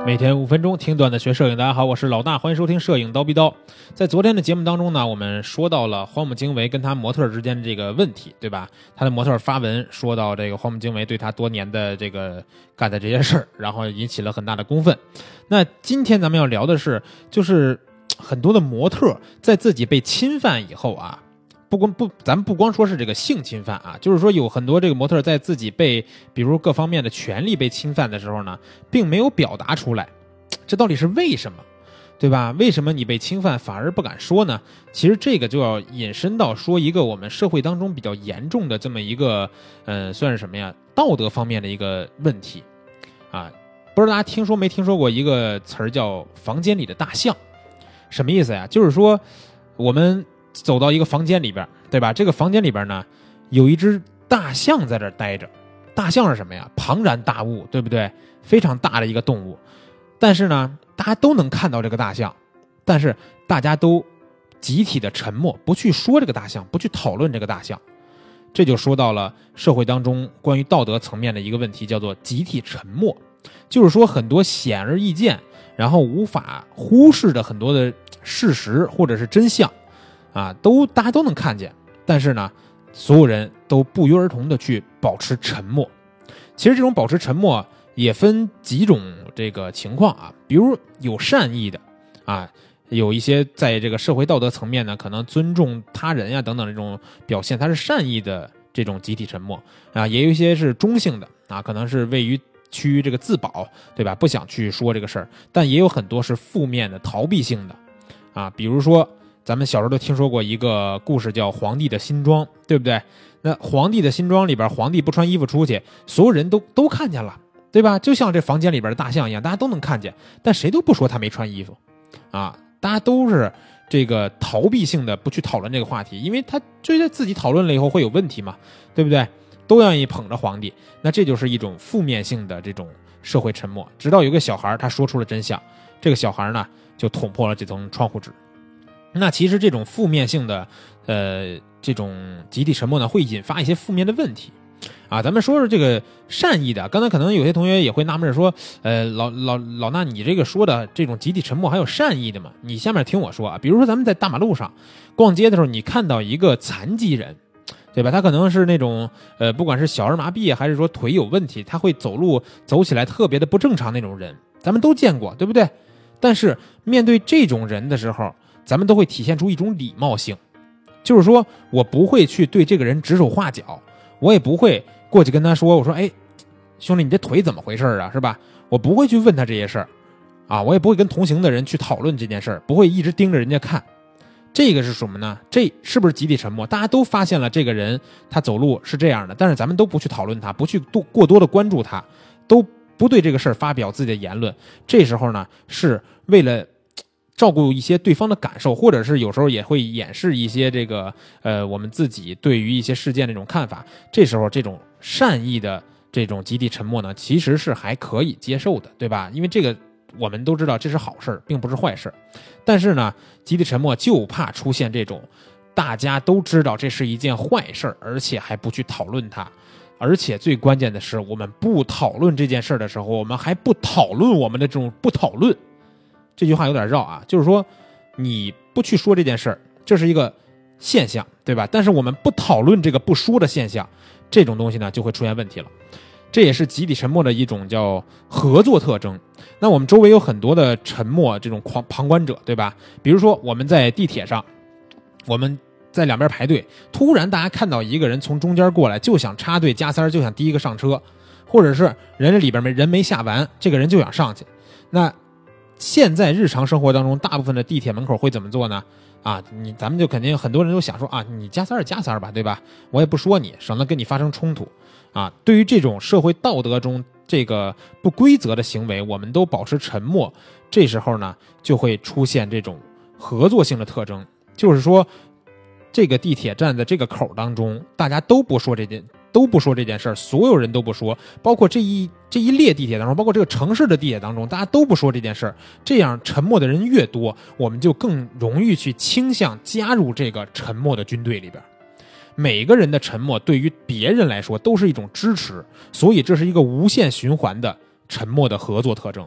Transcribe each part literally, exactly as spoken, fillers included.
每天五分钟听段子学摄影，大家好，我是老大，欢迎收听摄影刀逼刀。在昨天的节目当中呢，我们说到了荒木经惟跟他模特之间的这个问题，对吧？他的模特发文说到这个荒木经惟对他多年的这个干的这些事儿，然后引起了很大的公愤。那今天咱们要聊的是，就是很多的模特在自己被侵犯以后啊，不光不，咱们不光说是这个性侵犯啊，就是说有很多这个模特在自己被，比如各方面的权利被侵犯的时候呢，并没有表达出来，这到底是为什么，对吧？为什么你被侵犯反而不敢说呢？其实这个就要引申到说一个我们社会当中比较严重的这么一个，呃，算是什么呀？道德方面的一个问题啊。不知道大家听说没听说过一个词儿叫“房间里的大象”，什么意思呀？就是说我们走到一个房间里边，对吧？这个房间里边呢，有一只大象在这儿待着。大象是什么呀？庞然大物，对不对？非常大的一个动物。但是呢，大家都能看到这个大象，但是大家都集体的沉默，不去说这个大象，不去讨论这个大象。这就说到了社会当中关于道德层面的一个问题，叫做集体沉默。就是说很多显而易见，然后无法忽视的很多的事实或者是真相啊，都大家都能看见，但是呢，所有人都不约而同的去保持沉默。其实这种保持沉默也分几种这个情况啊，比如有善意的啊，有一些在这个社会道德层面呢，可能尊重他人呀、啊、等等这种表现，它是善意的这种集体沉默啊，也有一些是中性的啊，可能是位于趋于这个自保，对吧？不想去说这个事儿，但也有很多是负面的、逃避性的啊，比如说咱们小时候都听说过一个故事叫《皇帝的新装》，对不对？那皇帝的新装里边，皇帝不穿衣服出去，所有人都都看见了，对吧？就像这房间里边的大象一样，大家都能看见，但谁都不说他没穿衣服啊，大家都是这个逃避性的不去讨论这个话题，因为他觉得自己讨论了以后会有问题嘛，对不对？都愿意捧着皇帝，那这就是一种负面性的这种社会沉默。直到有个小孩他说出了真相，这个小孩呢就捅破了这层窗户纸。那其实这种负面性的呃这种集体沉默呢，会引发一些负面的问题啊。咱们说说这个善意的，刚才可能有些同学也会纳闷说，呃老老老衲你这个说的这种集体沉默还有善意的吗？你下面听我说啊，比如说咱们在大马路上逛街的时候，你看到一个残疾人，对吧？他可能是那种呃不管是小儿麻痹还是说腿有问题，他会走路走起来特别的不正常那种人，咱们都见过，对不对？但是面对这种人的时候，咱们都会体现出一种礼貌性，就是说我不会去对这个人指手画脚，我也不会过去跟他说，我说哎，兄弟你这腿怎么回事啊，是吧？我不会去问他这些事儿啊，我也不会跟同行的人去讨论这件事儿，不会一直盯着人家看。这个是什么呢？这是不是集体沉默？大家都发现了这个人他走路是这样的，但是咱们都不去讨论他，不去多过多的关注他，都不对这个事儿发表自己的言论。这时候呢，是为了照顾一些对方的感受，或者是有时候也会掩饰一些这个呃我们自己对于一些事件的这种看法。这时候这种善意的这种集体沉默呢，其实是还可以接受的，对吧？因为这个我们都知道这是好事，并不是坏事。但是呢，集体沉默就怕出现这种大家都知道这是一件坏事，而且还不去讨论它。而且最关键的是，我们不讨论这件事的时候，我们还不讨论我们的这种不讨论。这句话有点绕啊，就是说你不去说这件事儿，这是一个现象，对吧？但是我们不讨论这个不说的现象，这种东西呢就会出现问题了。这也是集体沉默的一种叫合作特征。那我们周围有很多的沉默这种旁观者，对吧？比如说我们在地铁上，我们在两边排队，突然大家看到一个人从中间过来，就想插队加塞，就想第一个上车，或者是人家里边没人没下完，这个人就想上去。那现在日常生活当中，大部分的地铁门口会怎么做呢？啊，你咱们就肯定很多人都想说啊，你加塞儿加塞儿吧，对吧？我也不说你，省得跟你发生冲突。啊，对于这种社会道德中这个不规则的行为，我们都保持沉默。这时候呢，就会出现这种合作性的特征，就是说，这个地铁站的这个口当中，大家都不说这件。都不说这件事儿，所有人都不说，包括这一这一列地铁当中，包括这个城市的地铁当中，大家都不说这件事儿。这样沉默的人越多，我们就更容易去倾向加入这个沉默的军队里边。每个人的沉默对于别人来说都是一种支持，所以这是一个无限循环的沉默的合作特征。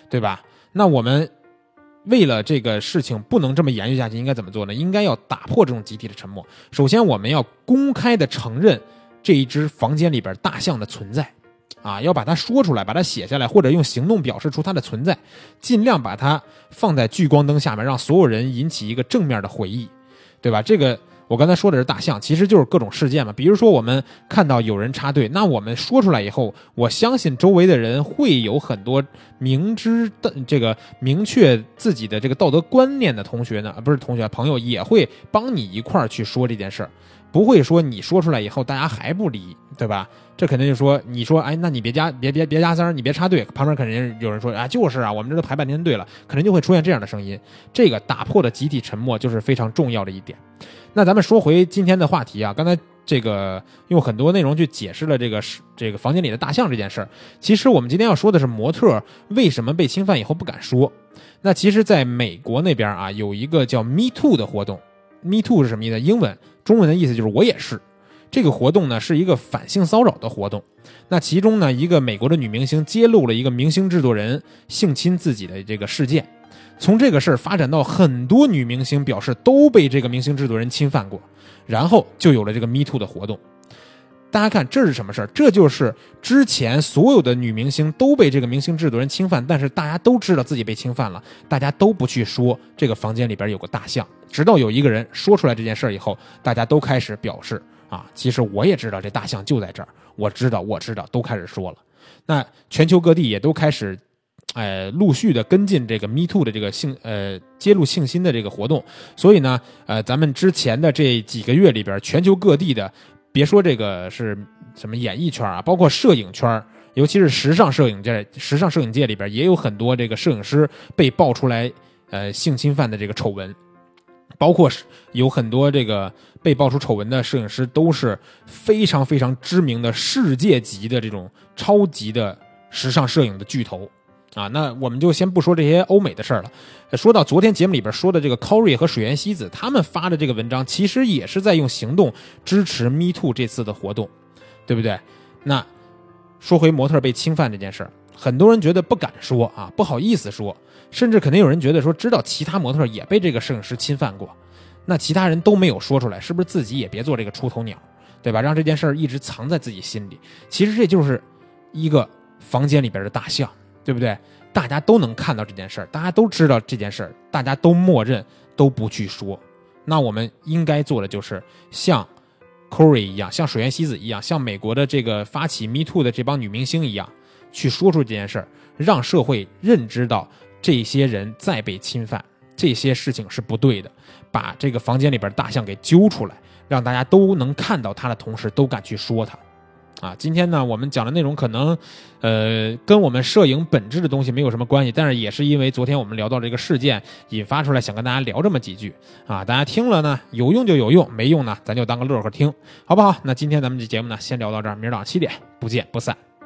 对吧？那我们为了这个事情不能这么延续下去，应该怎么做呢？应该要打破这种集体的沉默。首先，我们要公开的承认这一只房间里边大象的存在，啊，要把它说出来，把它写下来，或者用行动表示出它的存在，尽量把它放在聚光灯下面，让所有人引起一个正面的回忆，对吧？这个我刚才说的是大象，其实就是各种事件嘛。比如说我们看到有人插队，那我们说出来以后，我相信周围的人会有很多明知的这个明确自己的这个道德观念的同学呢，不是同学朋友，也会帮你一块儿去说这件事儿，不会说你说出来以后大家还不理，对吧？这肯定就说你说哎，那你别加别别别加塞，你别插队，旁边肯定有人说啊，就是啊，我们这都排半天队了，可能就会出现这样的声音。这个打破的集体沉默就是非常重要的一点。那咱们说回今天的话题啊，刚才这个用很多内容去解释了这个这个房间里的大象这件事儿。其实我们今天要说的是模特为什么被侵犯以后不敢说。那其实在美国那边啊，有一个叫 Me Too 的活动。Me Too 是什么意思？英文中文的意思就是我也是。这个活动呢是一个反性骚扰的活动。那其中呢，一个美国的女明星揭露了一个明星制作人性侵自己的这个事件。从这个事儿发展到很多女明星表示都被这个明星制作人侵犯过，然后就有了这个 Me Too 的活动。大家看这是什么事儿？这就是之前所有的女明星都被这个明星制作人侵犯，但是大家都知道自己被侵犯了，大家都不去说这个房间里边有个大象，直到有一个人说出来这件事以后，大家都开始表示啊，其实我也知道这大象就在这儿，我知道我知道，都开始说了。那全球各地也都开始呃，陆续的跟进这个 Me Too 的这个性呃揭露性侵的这个活动。所以呢呃咱们之前的这几个月里边，全球各地的，别说这个是什么演艺圈啊，包括摄影圈，尤其是时尚摄影界时尚摄影界里边，也有很多这个摄影师被爆出来呃性侵犯的这个丑闻。包括有很多这个被爆出丑闻的摄影师都是非常非常知名的世界级的这种超级的时尚摄影的巨头啊。那我们就先不说这些欧美的事儿了，说到昨天节目里边说的这个 Corey 和水原希子他们发的这个文章，其实也是在用行动支持 Me Too 这次的活动，对不对？那说回模特被侵犯这件事儿，很多人觉得不敢说啊，不好意思说，甚至肯定有人觉得说知道其他模特也被这个摄影师侵犯过，那其他人都没有说出来，是不是自己也别做这个出头鸟，对吧？让这件事儿一直藏在自己心里。其实这就是一个房间里边的大象，对不对？大家都能看到这件事儿，大家都知道这件事儿，大家都默认，都不去说。那我们应该做的就是像 Corey 一样，像水原希子一样，像美国的这个发起 Me Too 的这帮女明星一样，去说出这件事儿，让社会认知到这些人在被侵犯，这些事情是不对的，把这个房间里边大象给揪出来，让大家都能看到他的同时都敢去说他。啊，今天呢我们讲的内容可能呃跟我们摄影本质的东西没有什么关系，但是也是因为昨天我们聊到这个事件引发出来，想跟大家聊这么几句啊，大家听了呢有用就有用，没用呢咱就当个乐呵听，好不好？那今天咱们这节目呢先聊到这儿，明儿早上七点不见不散。